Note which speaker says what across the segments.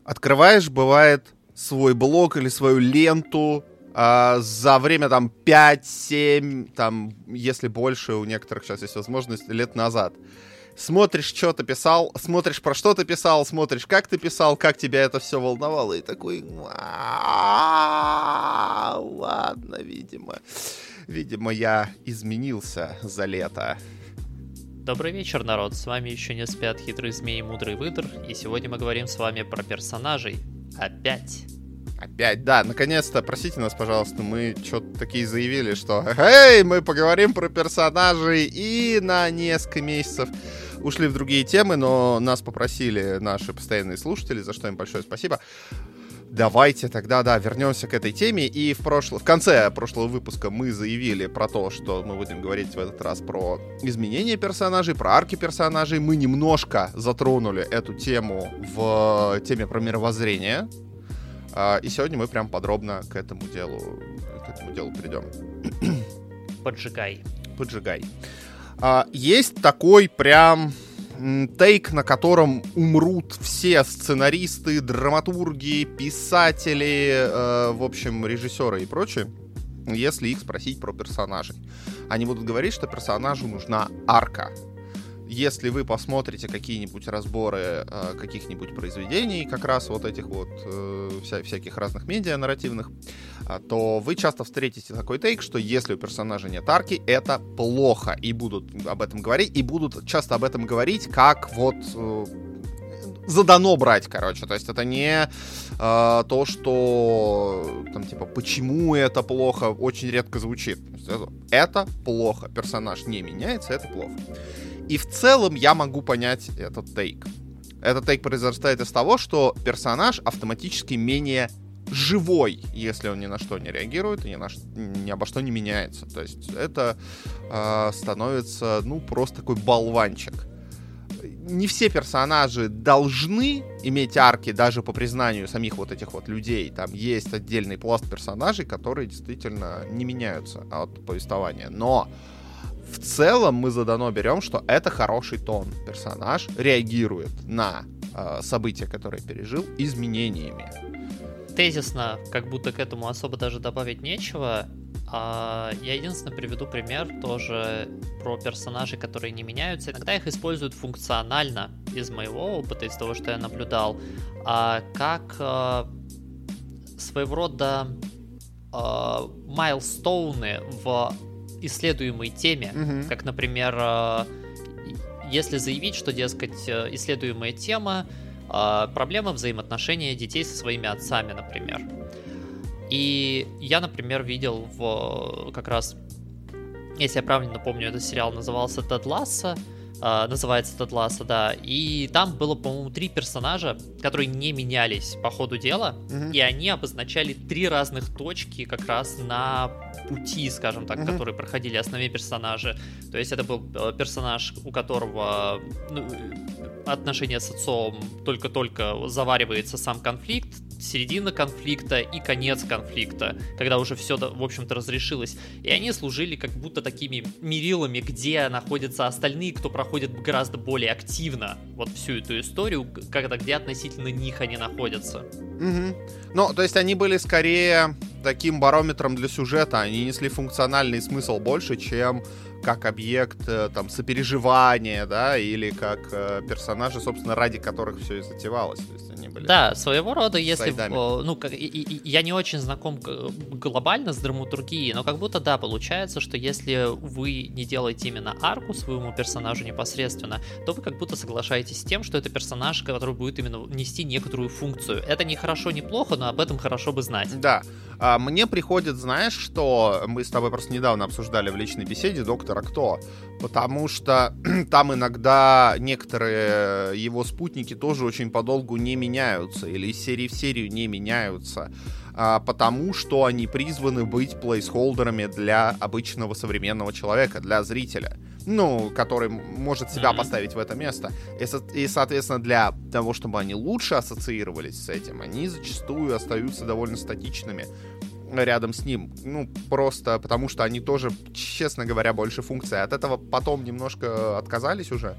Speaker 1: Открываешь, бывает, свой блог или свою ленту за время там 5-7, там, если больше, у некоторых сейчас есть возможность, лет назад. Смотришь, что ты писал, смотришь, про что ты писал, смотришь, как ты писал, как тебя это все волновало, и такой, ладно, видимо, я изменился за лето.
Speaker 2: Добрый вечер, народ, с вами еще не спят хитрый змей и мудрый выдр, и сегодня мы говорим с вами про персонажей. Опять,
Speaker 1: да, наконец-то, простите нас, пожалуйста, мы что-то такие заявили, что «Эй, мы поговорим про персонажей», и на несколько месяцев ушли в другие темы, но нас попросили наши постоянные слушатели, за что им большое спасибо. Давайте тогда, вернемся к этой теме. И в конце прошлого выпуска мы заявили про то, что мы будем говорить в этот раз про изменения персонажей, про арки персонажей. Мы немножко затронули эту тему в теме про мировоззрение. И сегодня мы прям подробно к этому делу перейдем.
Speaker 2: Поджигай.
Speaker 1: Есть такой прям тейк, на котором умрут все сценаристы, драматурги, писатели, в общем, режиссеры и прочее, если их спросить про персонажей. Они будут говорить, что персонажу нужна арка. Если вы посмотрите какие-нибудь разборы каких-нибудь произведений, как раз вот этих вот всяких разных медиа нарративных, то вы часто встретите такой тейк, что если у персонажа нет арки, это плохо. И будут об этом говорить, и будут часто об этом говорить, как вот задано брать, короче. То есть это не то, что там типа почему это плохо, очень редко звучит. Это плохо. Персонаж не меняется, это плохо. И в целом я могу понять этот тейк. Этот тейк произрастает из того, что персонаж автоматически менее живой, если он ни на что не реагирует и ни обо что не меняется. То есть это становится, просто такой болванчик. Не все персонажи должны иметь арки, даже по признанию самих вот этих вот людей. Там есть отдельный пласт персонажей, которые действительно не меняются от повествования. Но в целом мы задано берем, что это хороший тон. Персонаж реагирует на события, которые пережил, изменениями.
Speaker 2: Тезисно, как будто к этому особо даже добавить нечего. Я единственное приведу пример тоже про персонажей, которые не меняются. Иногда их используют функционально из моего опыта, из того, что я наблюдал, как своего рода майлстоуны в исследуемой теме, как, например, если заявить, что, дескать, исследуемая тема проблема взаимоотношения детей со своими отцами, например. И я, например, видел как раз, если я правильно помню, этот сериал назывался «Тед Лассо», называется «Тед Лассо», да, и там было, по-моему, 3 персонажа, которые не менялись по ходу дела, и они обозначали 3 разных точки как раз на пути, скажем так, которые проходили основные персонажи. То есть это был персонаж, у которого отношения с отцом только-только заваривается сам конфликт, середина конфликта и конец конфликта, когда уже все, в общем-то, разрешилось. И они служили как будто такими мерилами, где находятся остальные, кто проходит гораздо более активно вот всю эту историю, где относительно них они находятся.
Speaker 1: Ну, то есть они были скорее таким барометром для сюжета, они несли функциональный смысл больше, чем как объект там сопереживания, да, или как персонажи, собственно, ради которых все и затевалось. То есть они были,
Speaker 2: да, своего рода, если я не очень знаком глобально с драматургией, но как будто, да, получается, что если вы не делаете именно арку своему персонажу непосредственно, то вы как будто соглашаетесь с тем, что это персонаж, который будет именно нести некоторую функцию. Это не хорошо, не плохо, но об этом хорошо бы знать.
Speaker 1: Да. Мне приходит, знаешь, что мы с тобой просто недавно обсуждали в личной беседе «Доктора Кто», потому что там иногда некоторые его спутники тоже очень подолгу не меняются или из серии в серию не меняются, потому что они призваны быть плейсхолдерами для обычного современного человека, для зрителя, который может себя поставить в это место. И, соответственно, для того, чтобы они лучше ассоциировались с этим, они зачастую остаются довольно статичными рядом с ним. Просто потому что они тоже, честно говоря, больше функции. От этого потом немножко отказались уже.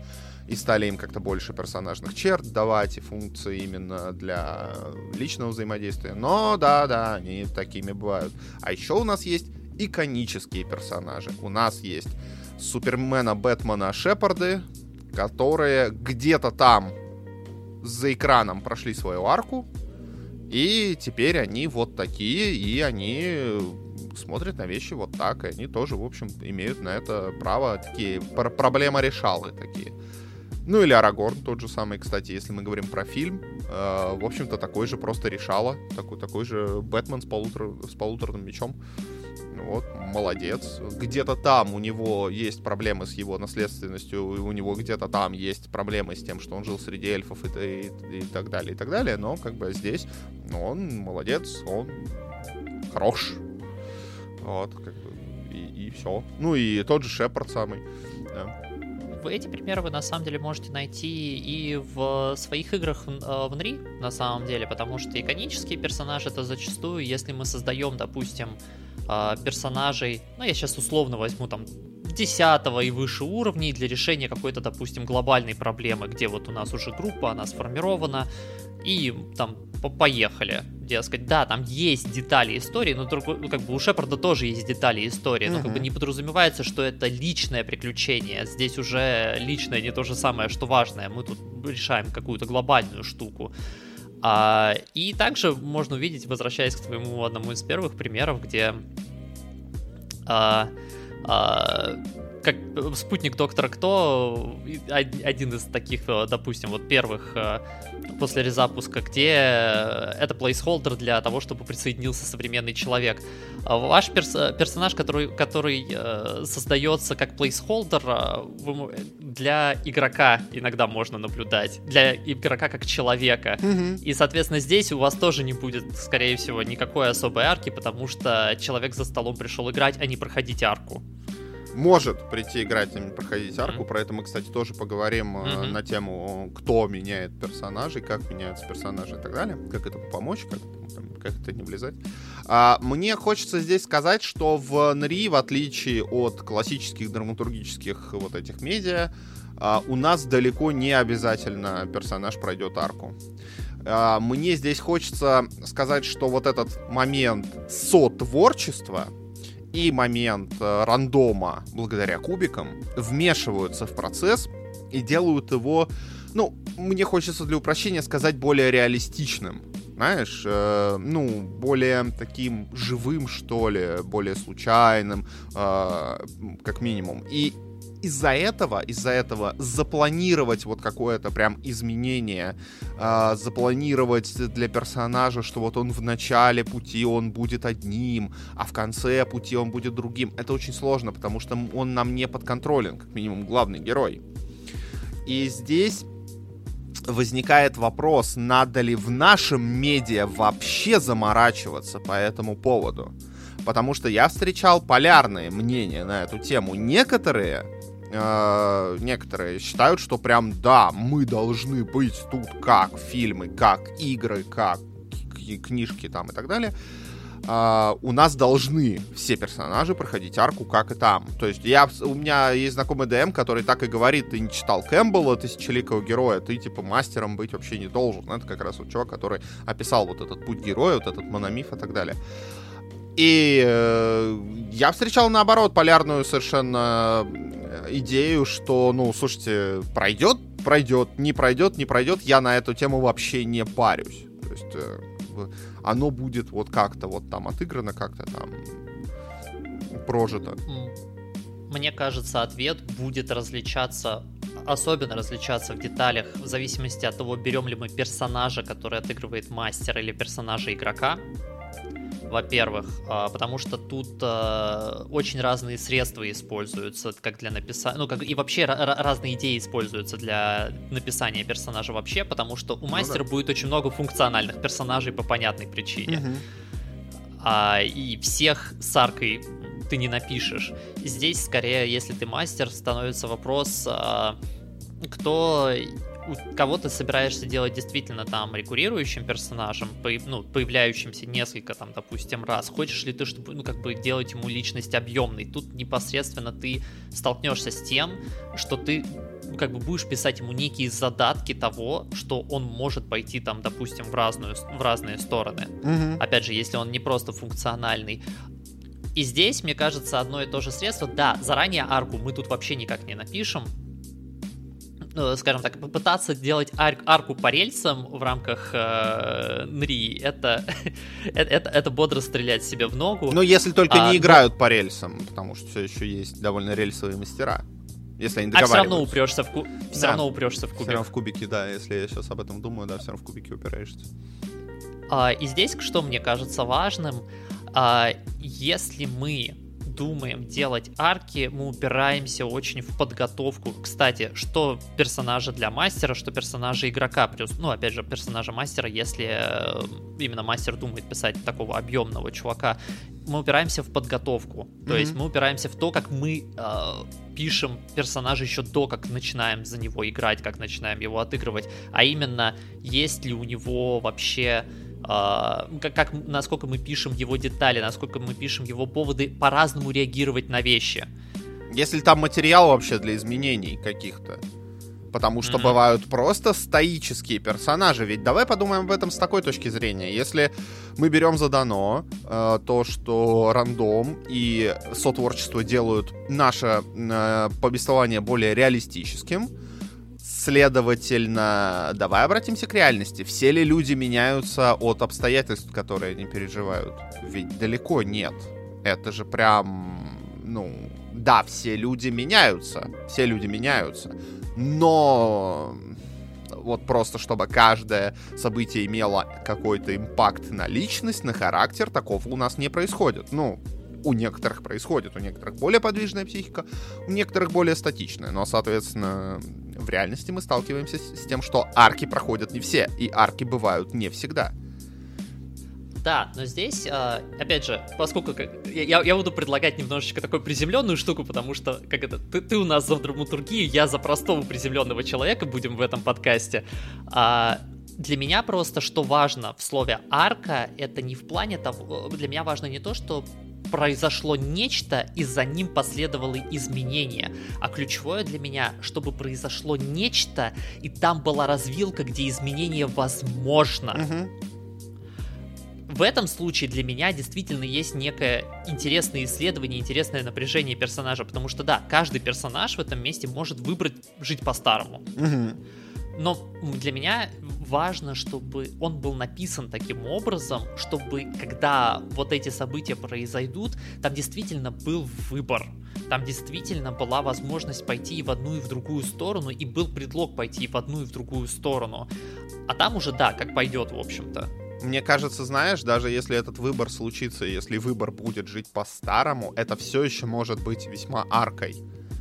Speaker 1: и стали им как-то больше персонажных черт давать и функции именно для личного взаимодействия. Но да, они такими бывают. А еще у нас есть иконические персонажи. У нас есть Супермена, Бэтмена, Шепарды, которые где-то там за экраном прошли свою арку, и теперь они вот такие, и они смотрят на вещи вот так, и они тоже, в общем, имеют на это право, такие проблема-решалы такие. Ну или Арагорн тот же самый, кстати, если мы говорим про фильм, в общем-то такой же просто решала, такой же Бэтмен с полуторным мечом. Вот, молодец. Где-то там у него есть проблемы с его наследственностью, у него где-то там есть проблемы с тем, что он жил среди эльфов и так далее, но как бы здесь он молодец, он хорош. Вот, как бы, и все. Ну и тот же Шепард самый, да.
Speaker 2: Эти примеры вы на самом деле можете найти и в своих играх в Unreal, на самом деле, потому что иконические персонажи это зачастую, если мы создаем, допустим, персонажей, ну я сейчас условно возьму там 10 и выше уровней для решения какой-то, допустим, глобальной проблемы, где вот у нас уже группа, она сформирована, и там поехали, дескать, да, там есть детали истории, но как бы у Шепарда тоже есть детали истории, но как бы не подразумевается, что это личное приключение, здесь уже личное не то же самое, что важное, мы тут решаем какую-то глобальную штуку. И также можно увидеть, возвращаясь к твоему одному из первых примеров, где как спутник Доктора Кто, один из таких, допустим, вот первых после резапуска, где это плейсхолдер для того, чтобы присоединился современный человек. Ваш персонаж, который создается как плейсхолдер, для игрока иногда можно наблюдать, для игрока как человека. И, соответственно, здесь у вас тоже не будет, скорее всего, никакой особой арки, потому что человек за столом пришел играть, а не проходить арку.
Speaker 1: Может прийти играть, а не проходить арку. Про это мы, кстати, тоже поговорим на тему, кто меняет персонажей, как меняются персонажи и так далее. Как этому помочь, как это не влезать. Мне хочется здесь сказать, что в Unreal, в отличие от классических драматургических вот этих медиа, у нас далеко не обязательно персонаж пройдет арку. Мне здесь хочется сказать, что вот этот момент сотворчества и момент рандома благодаря кубикам вмешиваются в процесс и делают его, ну, мне хочется для упрощения сказать, более реалистичным. Знаешь, более таким живым, что ли, более случайным, как минимум. И из-за этого запланировать вот какое-то прям изменение, запланировать для персонажа, что вот он в начале пути он будет одним, а в конце пути он будет другим, это очень сложно, потому что он нам не подконтролен, как минимум главный герой. И здесь возникает вопрос, надо ли в нашем медиа вообще заморачиваться по этому поводу. Потому что я встречал полярные мнения на эту тему. Некоторые считают, что прям да, мы должны быть тут как фильмы, как игры, как книжки там и так далее. У нас должны все персонажи проходить арку, как и там. То есть у меня есть знакомый ДМ, который так и говорит: ты не читал Кэмпбелла, тысячеликого героя, ты типа мастером быть вообще не должен. Это как раз вот чувак, который описал вот этот путь героя, вот этот мономиф и так далее. И я встречал, наоборот, полярную совершенно идею, что, ну, слушайте, пройдет, не пройдет, я на эту тему вообще не парюсь. То есть оно будет вот как-то вот там отыграно, как-то там прожито.
Speaker 2: Мне кажется, ответ будет особенно различаться в деталях, в зависимости от того, берем ли мы персонажа, который отыгрывает мастер, или персонажа игрока. Во-первых, потому что тут очень разные средства используются, как для написания, и вообще разные идеи используются для написания персонажа вообще, потому что у мастера будет очень много функциональных персонажей по понятной причине. И всех с аркой ты не напишешь. Здесь, скорее, если ты мастер, становится вопрос, кого ты собираешься делать действительно там рекуррирующим персонажем, появляющимся несколько там, допустим, раз. Хочешь ли ты, чтобы, делать ему личность объемной? Тут непосредственно ты столкнешься с тем, что ты как бы будешь писать ему некие задатки того, что он может пойти там, допустим, в разные стороны. Опять же, если он не просто функциональный. И здесь, мне кажется, одно и то же средство. Да, заранее арку мы тут вообще никак не напишем. Скажем так, попытаться делать арку по рельсам в рамках НРИ, это бодро стрелять себе в ногу.
Speaker 1: Но если только не играют по рельсам, потому что все еще есть довольно рельсовые мастера. Если они договариваются.
Speaker 2: Все равно упрешься в кубик.
Speaker 1: Все равно в кубике, да. Если я сейчас об этом думаю, да, все равно в кубике упираешься.
Speaker 2: И здесь, что мне кажется важным, если мы думаем делать арки, мы упираемся очень в подготовку. Кстати, что персонажа для мастера, что персонажа игрока. Плюс, опять же, персонажа мастера, если именно мастер думает писать такого объемного чувака, мы упираемся в подготовку. То есть мы упираемся в то, как мы пишем персонажа еще до, как начинаем за него играть, как начинаем его отыгрывать. А именно, есть ли у него вообще... насколько мы пишем его детали, насколько мы пишем его поводы по-разному реагировать на вещи.
Speaker 1: Если там материал вообще для изменений каких-то. Потому что бывают просто стоические персонажи. Ведь давай подумаем об этом с такой точки зрения. Если мы берем задано то, что рандом и сотворчество делают наше повествование более реалистическим, следовательно, давай обратимся к реальности. Все ли люди меняются от обстоятельств, которые они переживают? Ведь далеко нет. Это же прям, да, все люди меняются. Но вот просто чтобы каждое событие имело какой-то импакт на личность, на характер, такого у нас не происходит. У некоторых происходит, у некоторых более подвижная психика, у некоторых более статичная. Но, соответственно, в реальности мы сталкиваемся с тем, что арки проходят не все, и арки бывают не всегда.
Speaker 2: Да, но здесь, опять же, поскольку я буду предлагать немножечко такую приземленную штуку, потому что ты у нас за драматургию, я за простого приземленного человека будем в этом подкасте. Для меня просто, что важно в слове арка, это не в плане того, для меня важно не то, что произошло нечто, и за ним последовало изменение. А ключевое для меня, чтобы произошло нечто, и там была развилка, где изменение возможно. В этом случае для меня действительно есть некое интересное исследование, интересное напряжение персонажа, потому что, да, каждый персонаж в этом месте может выбрать жить по-старому. Но для меня важно, чтобы он был написан таким образом, чтобы, когда вот эти события произойдут, там действительно был выбор. Там действительно была возможность пойти и в одну, и в другую сторону, и был предлог пойти и в одну, и в другую сторону. А там уже, да, как пойдет, в общем-то.
Speaker 1: Мне кажется, знаешь, даже если этот выбор случится, если выбор будет жить по-старому, это все еще может быть весьма аркой.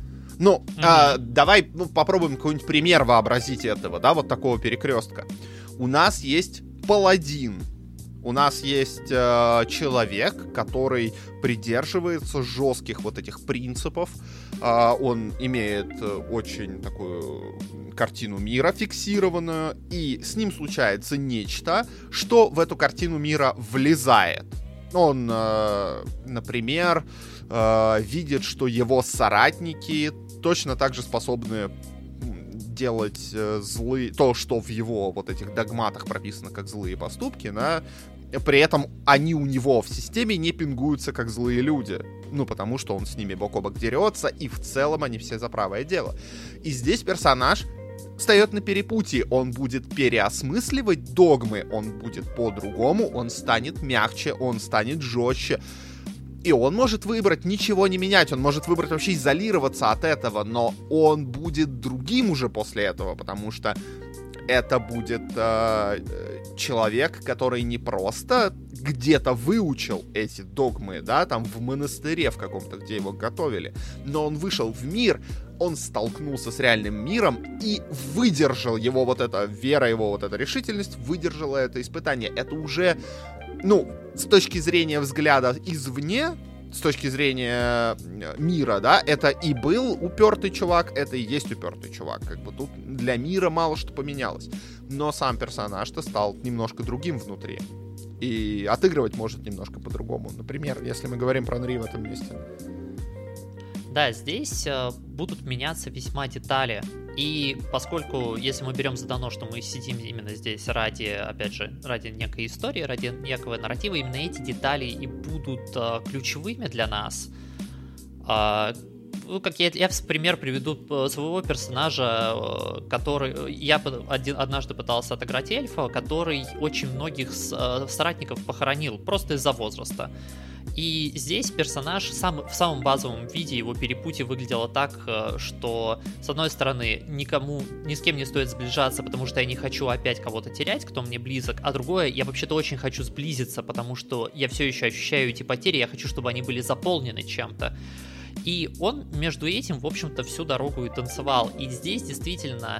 Speaker 1: Давай попробуем какой-нибудь пример вообразить этого, да, вот такого перекрестка. У нас есть паладин. У нас есть человек, который придерживается жестких вот этих принципов. Он имеет очень такую картину мира фиксированную, и с ним случается нечто, что в эту картину мира влезает. Он, например, видит, что его соратники точно так же способны делать то, что в его вот этих догматах прописано как злые поступки, да, при этом они у него в системе не пингуются как злые люди. Потому что он с ними бок о бок дерется, и в целом они все за правое дело. И здесь персонаж встает на перепутье, он будет переосмысливать догмы, он будет по-другому, он станет мягче, он станет жестче. И он может выбрать ничего не менять, он может выбрать вообще изолироваться от этого, но он будет другим уже после этого, потому что это будет человек, который не просто где-то выучил эти догмы, да, там в монастыре в каком-то, где его готовили, но он вышел в мир, он столкнулся с реальным миром и выдержал его вот эта вера, его вот эта решительность, выдержала это испытание. Это уже, с точки зрения взгляда извне, с точки зрения мира, да, это и был упертый чувак, это и есть упертый чувак. Тут для мира мало что поменялось. Но сам персонаж-то стал немножко другим внутри. И отыгрывать может немножко по-другому. Например, если мы говорим про Нри в этом месте.
Speaker 2: Да, здесь будут меняться весьма детали. И поскольку, если мы берем за дано, что мы сидим именно здесь ради, опять же, ради некой истории, ради некого нарратива, именно эти детали и будут ключевыми для нас. Ну, как я в пример приведу своего персонажа, который... Я однажды пытался отыграть эльфа, который очень многих соратников похоронил просто из-за возраста. И здесь персонаж в самом базовом виде, его перепутье выглядело так, что, с одной стороны, ни с кем не стоит сближаться, потому что я не хочу опять кого-то терять, кто мне близок, а другое, я вообще-то очень хочу сблизиться, потому что я все еще ощущаю эти потери, я хочу, чтобы они были заполнены чем-то. И он между этим, в общем-то, всю дорогу и танцевал. И здесь действительно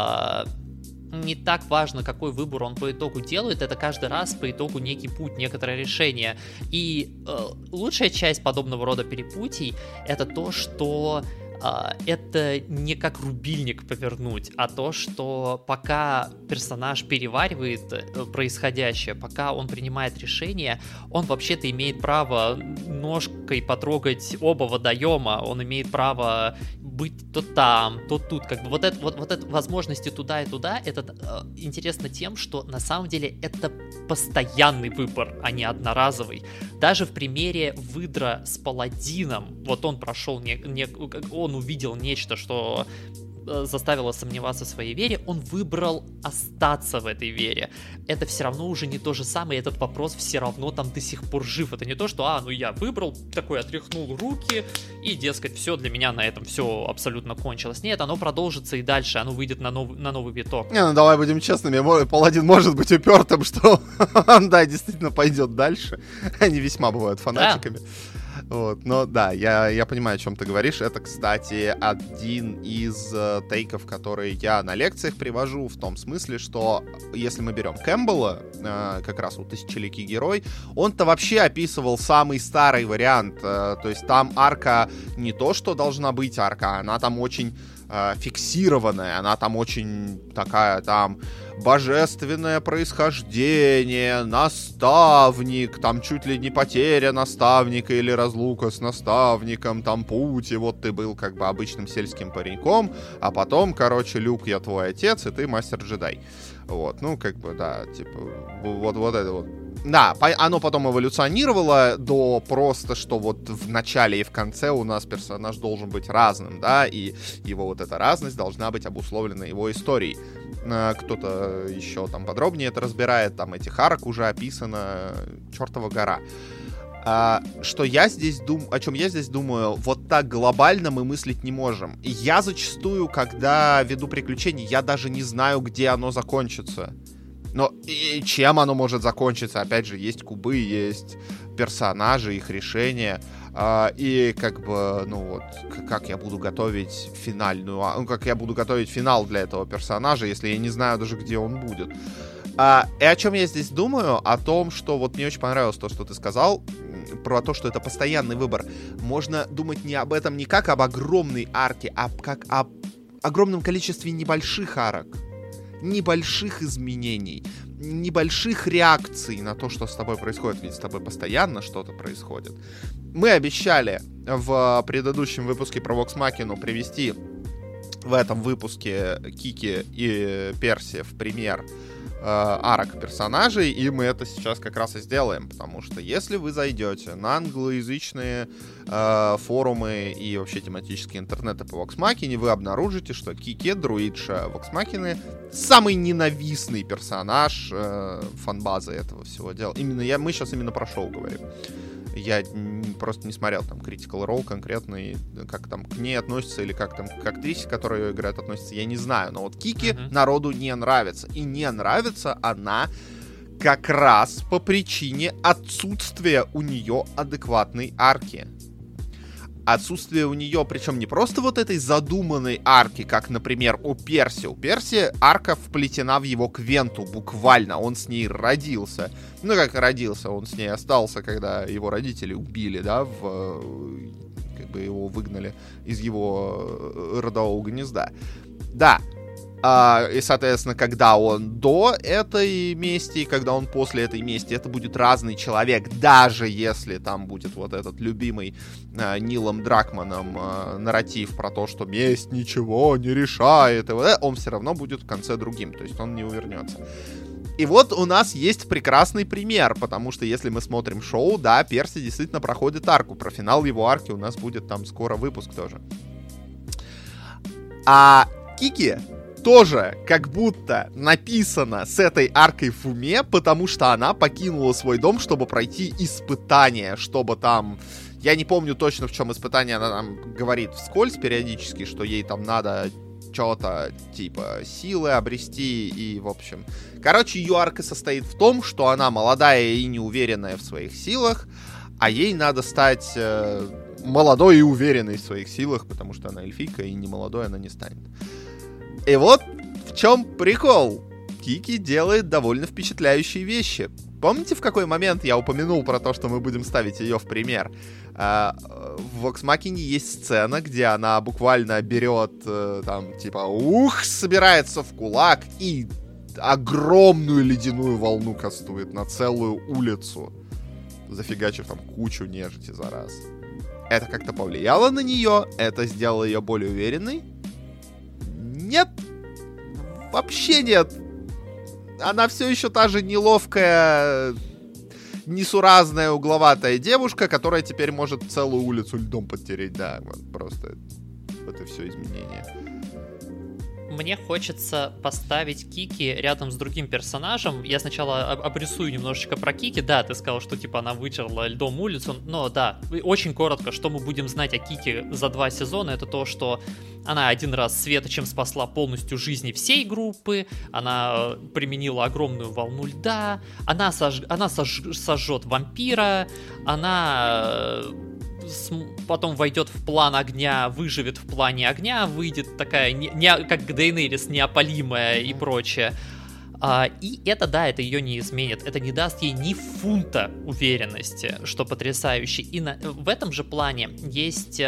Speaker 2: не так важно, какой выбор он по итогу делает, это каждый раз по итогу некий путь, некоторое решение. И лучшая часть подобного рода перепутий — это то, что это не как рубильник повернуть, а то, что пока персонаж переваривает происходящее, пока он принимает решение, он вообще-то имеет право ножкой потрогать оба водоема, он имеет право быть то там, то тут, как бы вот это возможности туда и туда, это интересно тем, что на самом деле это постоянный выбор, а не одноразовый. Даже в примере выдра с паладином, вот он прошел, он увидел нечто, что заставило сомневаться в своей вере, он выбрал остаться в этой вере. Это все равно уже не то же самое, этот вопрос все равно там до сих пор жив. Это не то, что, я выбрал, такой отряхнул руки, и, дескать, все, для меня на этом все абсолютно кончилось. Нет, оно продолжится и дальше, оно выйдет на новый виток.
Speaker 1: Не, давай будем честными, паладин может быть упертым, что он, да, действительно пойдет дальше. Они весьма бывают фанатиками. Да. Вот, но да, я понимаю, о чем ты говоришь. Это, кстати, один из тейков, которые я на лекциях привожу, в том смысле, что если мы берем Кэмпбелла, как раз вот «Тысячеликий герой», он-то вообще описывал самый старый вариант. То есть там арка не то, что должна быть арка, она там очень фиксированная, она там очень такая, там божественное происхождение, наставник, там чуть ли не потеря наставника или разлука с наставником, там путь, и вот ты был как бы обычным сельским пареньком, а потом, короче, Люк, я твой отец, и ты мастер-джедай. Вот, ну, как бы, да, типа, вот это вот. Да, оно потом эволюционировало до просто, что вот в начале и в конце у нас персонаж должен быть разным, да, и его вот эта разность должна быть обусловлена его историей. Кто-то еще там подробнее это разбирает, там этих арок уже описано чертова гора. Что я здесь о чем я здесь думаю, вот так глобально мы мыслить не можем. И я зачастую, когда веду приключения, я даже не знаю, где оно закончится. Но и чем оно может закончиться? Опять же, есть кубы, есть персонажи, их решения. И как бы, ну вот, как я буду готовить как я буду готовить финал для этого персонажа, если я не знаю даже, где он будет. И о чем я здесь думаю? О том, что вот мне очень понравилось то, что ты сказал, про то, что это постоянный выбор. Можно думать не об этом не как об огромной арке, а как об огромном количестве небольших арок. Небольших изменений, небольших реакций на то, что с тобой происходит, ведь с тобой постоянно что-то происходит. Мы обещали в предыдущем выпуске про Vox Machina привести в этом выпуске Кики и Перси в пример арок персонажей, и мы это сейчас как раз и сделаем, потому что если вы зайдете на англоязычные форумы и вообще тематические интернеты по Vox Machina, вы обнаружите, что Кики, друидша Vox Machina, самый ненавистный персонаж фанбазы этого всего дела. Мы сейчас именно про шоу говорим. Я просто не смотрел там Critical Role конкретно, как там к ней относится, или как там к актрисе, которая ее играет, относится, я не знаю. Но вот Кики народу не нравится. И не нравится она как раз по причине отсутствия у нее адекватной арки. Отсутствие у нее, причем не просто вот этой задуманной арки, как, например, у Перси. У Перси арка вплетена в его квенту, буквально. Он с ней родился. Ну, как родился, он с ней остался, когда его родители убили, да, как бы его выгнали из его родового гнезда. Да, И, соответственно, когда он до этой мести и когда он после этой мести, это будет разный человек, даже если там будет вот этот любимый Нилом Дракманом нарратив про то, что месть ничего не решает, он все равно будет в конце другим, то есть он не увернется. И вот у нас есть прекрасный пример, потому что если мы смотрим шоу, да, Перси действительно проходит арку, про финал его арки у нас будет там скоро выпуск тоже. А Кики тоже как будто написано с этой аркой в уме, потому что она покинула свой дом, чтобы пройти испытание, чтобы там... Я не помню точно, в чем испытание, она нам говорит вскользь периодически, что ей там надо что-то типа силы обрести и, в общем... Короче, ее арка состоит в том, что она молодая и неуверенная в своих силах, а ей надо стать молодой и уверенной в своих силах, потому что она эльфийка, и не молодой она не станет. И вот в чем прикол. Кики делает довольно впечатляющие вещи. Помните, в какой момент я упомянул про то, что мы будем ставить ее в пример? В Vox Machina есть сцена, где она буквально берет, там, типа, собирается в кулак и огромную ледяную волну кастует на целую улицу, зафигачив там кучу нежити за раз. Это как-то повлияло на нее? Это сделало ее более уверенной? Нет, вообще нет. Она все еще та же неловкая, несуразная, угловатая девушка, которая теперь может целую улицу льдом подтереть. Да, вот просто это все изменение.
Speaker 2: Мне хочется поставить Кики рядом с другим персонажем. Я сначала обрисую немножечко про Кики. Да, ты сказал, что типа она вытерла льдом улицу. Но да, очень коротко, что мы будем знать о Кики за 2 сезона, это то, что она один раз светочем спасла полностью жизни всей группы. Она применила огромную волну льда. Она сожжет вампира. Она... потом войдет в план огня, выживет в плане огня, выйдет такая, как Дейенерис, неопалимая и прочее. И это, да, это ее не изменит. Это не даст ей ни фунта уверенности, что потрясающе. И в этом же плане есть...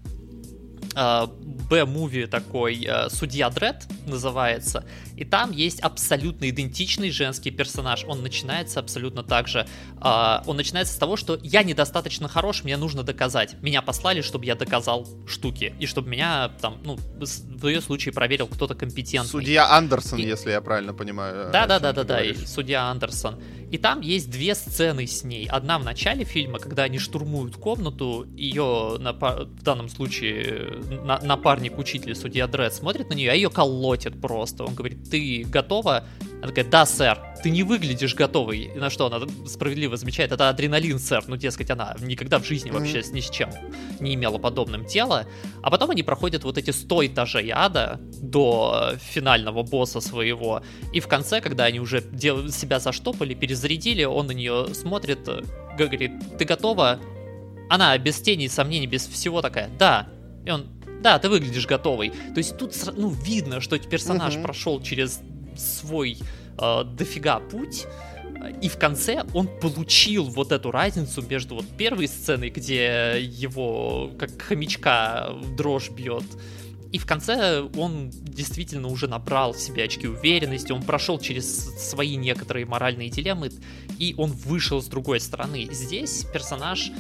Speaker 2: Б-муви такой, «Судья Дред» называется, и там есть абсолютно идентичный женский персонаж. Он начинается абсолютно так же. Он начинается с того, что я недостаточно хорош, мне нужно доказать. Меня послали, чтобы я доказал штуки, и чтобы меня там, ну, в ее случае проверил кто-то компетентный.
Speaker 1: Судья Андерсон, если я правильно понимаю.
Speaker 2: Да, судья Андерсон. И там есть 2 сцены с ней. Одна в начале фильма, когда они штурмуют комнату, ее, в данном случае, напарник-учитель, судья Дред, смотрит на нее, а ее колотит просто. Он говорит: ты готова? Она такая: да, сэр. Ты не выглядишь готовой. И на что она справедливо замечает: это адреналин, сэр. Ну, дескать, она никогда в жизни вообще ни с чем не имела подобным тела. А потом они проходят вот эти 100 этажей ада до финального босса своего. И в конце, когда они уже себя заштопали, перезарядили, он на нее смотрит, говорит: ты готова? Она без тени сомнений, без всего такая: да. И он: да, ты выглядишь готовой. То есть тут, ну, видно, что персонаж прошел через свой дофига путь, и в конце он получил вот эту разницу между вот первой сценой, где его как хомячка дрожь бьет, и в конце он действительно уже набрал себе очки уверенности, он прошел через свои некоторые моральные дилеммы, и он вышел с другой стороны. Здесь персонаж...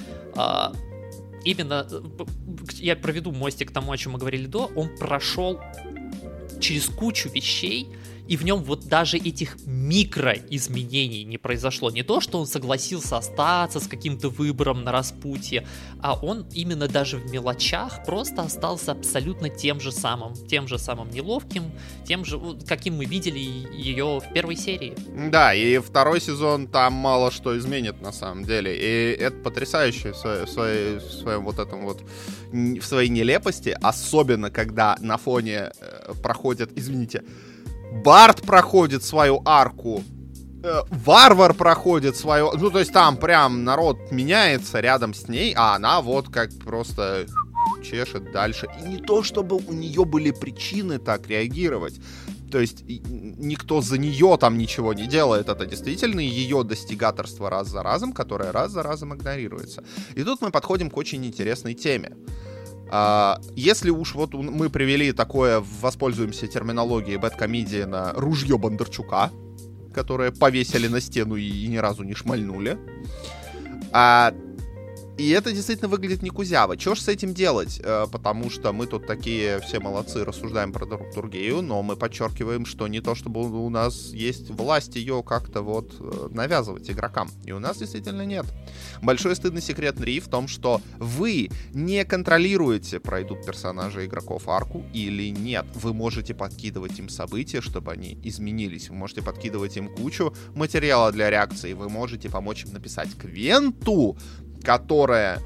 Speaker 2: Именно, я проведу мостик к тому, о чем мы говорили до, он прошел через кучу вещей, и в нем вот даже этих микроизменений не произошло. Не то, что он согласился остаться с каким-то выбором на распутье, а он именно даже в мелочах просто остался абсолютно тем же самым неловким, тем же, каким мы видели ее в первой серии. Да,
Speaker 1: и 2 сезон там мало что изменит на самом деле, и это потрясающе в своем вот этом вот, в своей нелепости, особенно когда на фоне проходят, извините, Барт проходит свою арку, Варвар проходит свою... Ну, то есть там прям народ меняется рядом с ней, а она вот как просто чешет дальше. И не то, чтобы у нее были причины так реагировать. То есть никто за нее там ничего не делает. Это действительно ее достигаторство раз за разом, которое раз за разом игнорируется. И тут мы подходим к очень интересной теме. Если уж вот мы привели такое, воспользуемся терминологией бэдкомедиана, ружье Бондарчука, которое повесили на стену и ни разу не шмальнули. И это действительно выглядит не кузяво. Чего ж с этим делать? Потому что мы тут такие все молодцы, рассуждаем про драматургию, но мы подчеркиваем, что не то, чтобы у нас есть власть ее как-то вот навязывать игрокам. И у нас действительно нет. Большой стыдный секрет Нри в том, что вы не контролируете, пройдут персонажи игроков арку или нет. Вы можете подкидывать им события, чтобы они изменились. Вы можете подкидывать им кучу материала для реакции. Вы можете помочь им написать квенту, которая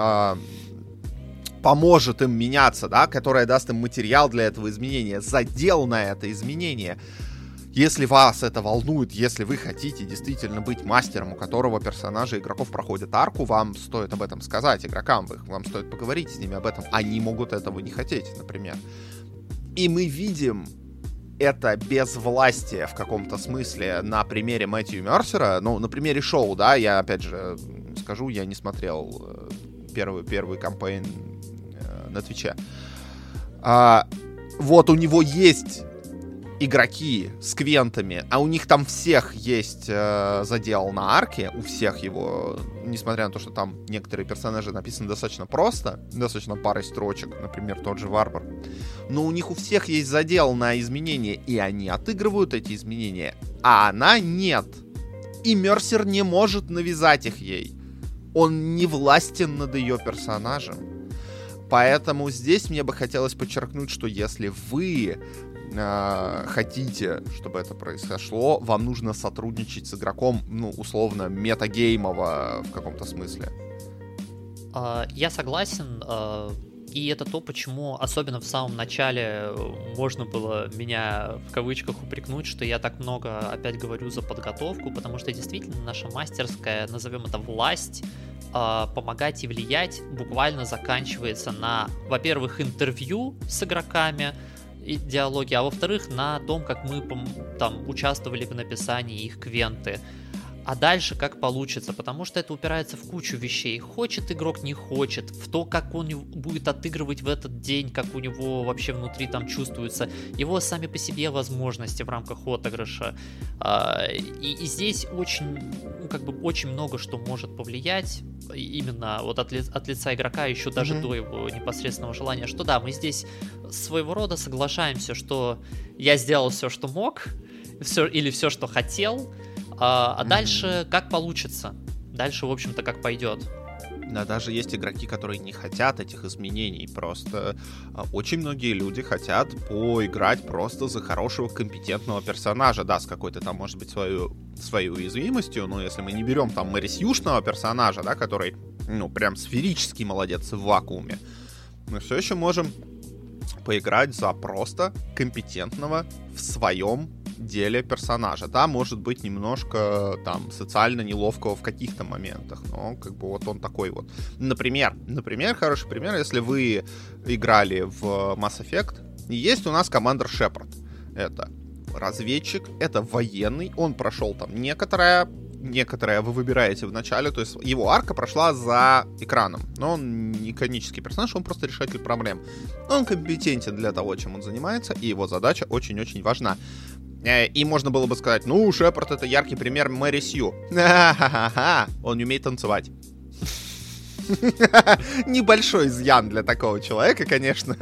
Speaker 1: поможет им меняться, да, которая даст им материал для этого изменения, задел на это изменение. Если вас это волнует, если вы хотите действительно быть мастером, у которого персонажи игроков проходят арку, вам стоит об этом сказать игрокам, вам стоит поговорить с ними об этом. Они могут этого не хотеть, например. И мы видим это безвластие в каком-то смысле на примере Мэтью Мерсера, ну, на примере шоу, да, я, опять же, скажу, я не смотрел первый кампейн на Твиче. Вот у него есть игроки с квентами, а у них там всех есть задел на арке, у всех его, несмотря на то, что там некоторые персонажи написаны достаточно просто, достаточно парой строчек, например, тот же Варвар, но у них у всех есть задел на изменения, и они отыгрывают эти изменения, а она нет. И Мерсер не может навязать их ей. Он не властен над ее персонажем. Поэтому здесь мне бы хотелось подчеркнуть, что если вы хотите, чтобы это произошло, вам нужно сотрудничать с игроком, ну, условно, метагеймово в каком-то смысле.
Speaker 2: Я согласен, и это то, почему, особенно в самом начале, можно было меня в кавычках упрекнуть, что я так много опять говорю за подготовку, потому что действительно наша мастерская, назовем это власть, помогать и влиять буквально заканчивается на, во-первых, интервью с игроками, и диалоги, а во-вторых, на том, как мы там участвовали в написании их квенты. А дальше как получится, потому что это упирается в кучу вещей. Хочет игрок, не хочет, в то, как он будет отыгрывать в этот день, как у него вообще внутри там чувствуются его сами по себе возможности в рамках отыгрыша. И здесь очень, очень много что может повлиять именно вот от лица игрока, еще даже до его непосредственного желания, что да, мы здесь своего рода соглашаемся, что я сделал все, что мог, или все, что хотел, а дальше как получится. Дальше, в общем-то, как пойдет.
Speaker 1: Да, даже есть игроки, которые не хотят этих изменений. Просто очень многие люди хотят поиграть просто за хорошего, компетентного персонажа. Да, с какой-то там, может быть, своей уязвимостью. Но если мы не берем там Мэри Сьюшного персонажа, да, который, ну, прям сферический молодец в вакууме, мы все еще можем поиграть за просто компетентного в своем деле персонажа. Да, может быть немножко там социально неловкого в каких-то моментах, но как бы вот он такой вот. Например, хороший пример, если вы играли в Mass Effect, есть у нас командир Шепард. Это разведчик, это военный, он прошел там некоторое вы выбираете в начале, то есть его арка прошла за экраном, но он не канонический персонаж, он просто решатель проблем. Он компетентен для того, чем он занимается, и его задача очень-очень важна. И можно было бы сказать, ну, Шепард — это яркий пример Мэри Сью. Он не умеет танцевать. Небольшой изъян для такого человека, конечно.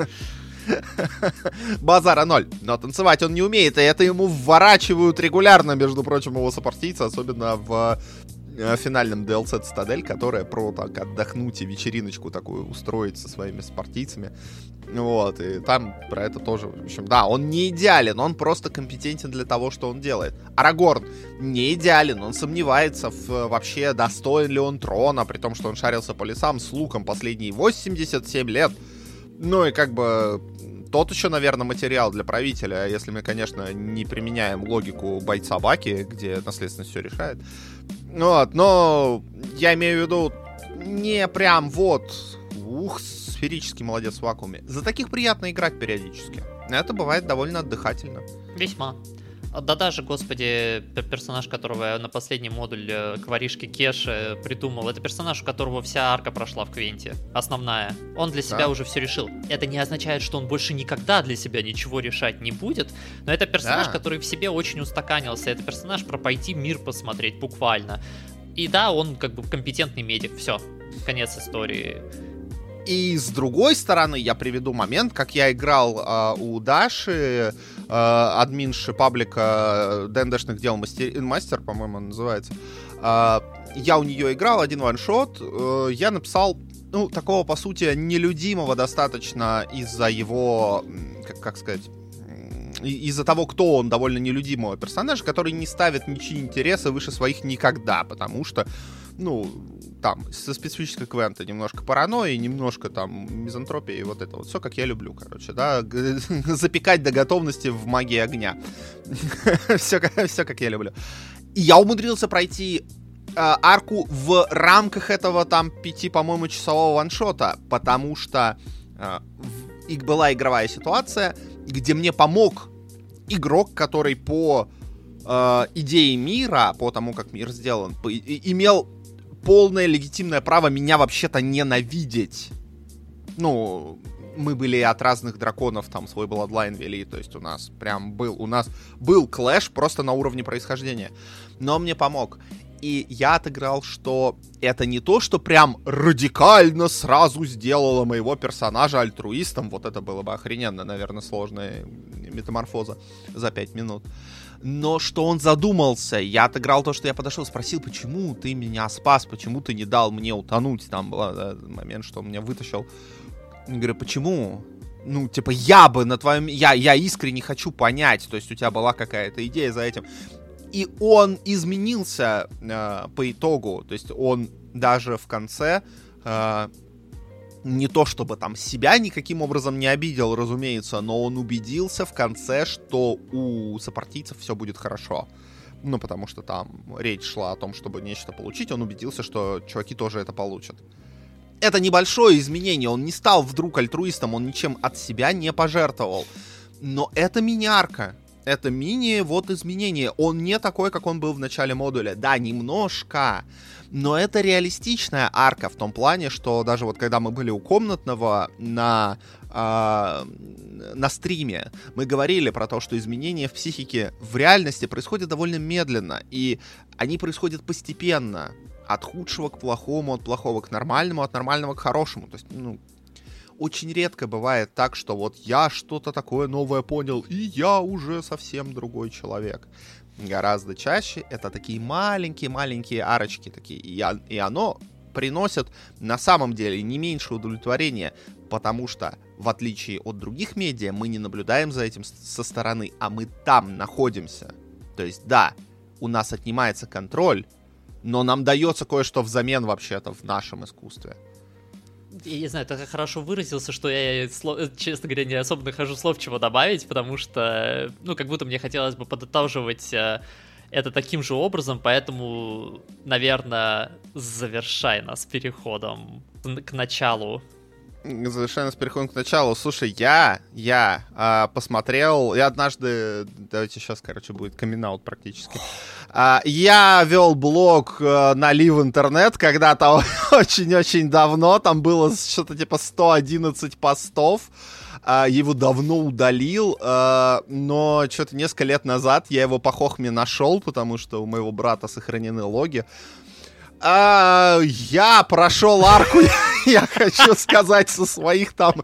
Speaker 1: Базара ноль. Но танцевать он не умеет, и это ему вворачивают регулярно, между прочим, его сопартийцы, особенно в финальном DLC Цитадель, которая про так отдохнуть и вечериночку такую устроить со своими сопартийцами. Вот, и там про это тоже, в общем, да, он не идеален, он просто компетентен для того, что он делает. Арагорн не идеален, он сомневается вообще, достоин ли он трона, при том, что он шарился по лесам с луком последние 87 лет. Ну и как бы тот еще, наверное, материал для правителя, если мы, конечно, не применяем логику бойца-собаки, где наследственность все решает. Вот, но я имею в виду не прям вот, сферический молодец в вакууме. За таких приятно играть периодически. Это бывает довольно отдыхательно.
Speaker 2: Весьма. Да даже, господи, персонаж, которого я на последний модуль к воришке Кеше придумал, это персонаж, у которого вся арка прошла в Квенте, основная. Он для себя уже все решил. Это не означает, что он больше никогда для себя ничего решать не будет, но это персонаж, который в себе очень устаканился. Это персонаж про пойти мир посмотреть, буквально. И да, он как бы компетентный медик, все, конец истории.
Speaker 1: И с другой стороны, я приведу момент, как я играл у Даши, админши паблика ДНДшных дел мастер, по-моему, он называется. Я у нее играл, один ваншот, я написал, ну, такого, по сути, нелюдимого достаточно из-за его, как сказать, из-за того, кто он, довольно нелюдимого персонажа, который не ставит ничьи интересы выше своих никогда, потому что, ну, там, со специфической Квента немножко паранойи, немножко там мизантропии, и вот это вот все, как я люблю, короче, да, запекать до готовности в магии огня. Все, как я люблю. И я умудрился пройти арку в рамках этого там 5, по-моему, часового ваншота, потому что была игровая ситуация, где мне помог игрок, который по идее мира, по тому, как мир сделан, имел полное легитимное право меня вообще-то ненавидеть. Ну, мы были от разных драконов, там свой Bloodline вели, то есть у нас был клэш просто на уровне происхождения. Но мне помог. И я отыграл, что это не то, что прям радикально сразу сделало моего персонажа альтруистом. Вот это было бы охрененно, наверное, сложная метаморфоза за 5 минут. Но что он задумался. Я отыграл то, что я подошел, спросил, почему ты меня спас, почему ты не дал мне утонуть. Там был момент, что он меня вытащил. Я говорю, почему? Ну, типа, я бы на твоем... Я искренне хочу понять. То есть у тебя была какая-то идея за этим. И он изменился по итогу. То есть он даже в конце... не то чтобы там себя никаким образом не обидел, разумеется, но он убедился в конце, что у сопартийцев все будет хорошо. Ну, потому что там речь шла о том, чтобы нечто получить, он убедился, что чуваки тоже это получат. Это небольшое изменение, он не стал вдруг альтруистом, он ничем от себя не пожертвовал. Но это мини-арка. Это мини-вот изменение. Он не такой, как он был в начале модуля. Да, немножко. Но это реалистичная арка в том плане, что даже вот когда мы были у Комнатного на стриме, мы говорили про то, что изменения в психике в реальности происходят довольно медленно. И они происходят постепенно. От худшего к плохому, от плохого к нормальному, от нормального к хорошему. То есть, ну... Очень редко бывает так, что вот я что-то такое новое понял, и я уже совсем другой человек. Гораздо чаще это такие маленькие арочки такие, и оно приносит на самом деле не меньше удовлетворения, потому что, в отличие от других медиа, мы не наблюдаем за этим со стороны, а мы там находимся. То есть, да, у нас отнимается контроль, но нам дается кое-что взамен вообще-то в нашем искусстве.
Speaker 2: Я не знаю, ты так хорошо выразился, что я, честно говоря, не особо нахожу слов, чего добавить, потому что, ну, как будто мне хотелось бы подытоживать это таким же образом, поэтому, наверное, завершай нас переходом к началу.
Speaker 1: Завершаем с переходом к началу. Слушай, я посмотрел, я однажды, давайте сейчас, короче, будет камин-аут практически. Я вел блог на Live Интернет когда-то очень-очень давно, там было что-то типа 111 постов. Его давно удалил, но что-то несколько лет назад я его по хохме нашел, потому что у моего брата сохранены логи. Я прошел арку, я хочу сказать, со своих там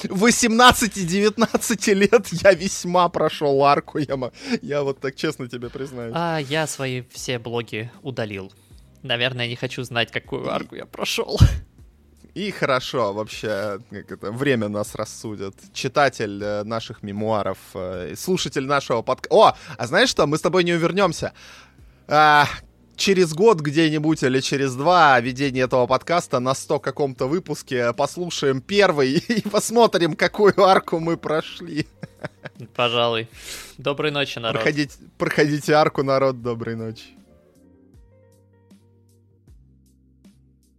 Speaker 1: 18-19 лет я весьма прошел арку, я вот так честно тебе признаюсь.
Speaker 2: Я свои все блоги удалил. Наверное, не хочу знать, какую арку я прошел.
Speaker 1: И хорошо, вообще, как это, время нас рассудит. Читатель наших мемуаров, слушатель нашего подкаста. О, а знаешь что, мы с тобой не увернемся. Через год где-нибудь или через 2 ведения этого подкаста на 100 каком-то выпуске послушаем первый и посмотрим, какую арку мы прошли.
Speaker 2: Пожалуй. Доброй ночи, народ.
Speaker 1: Проходите арку, народ, доброй ночи.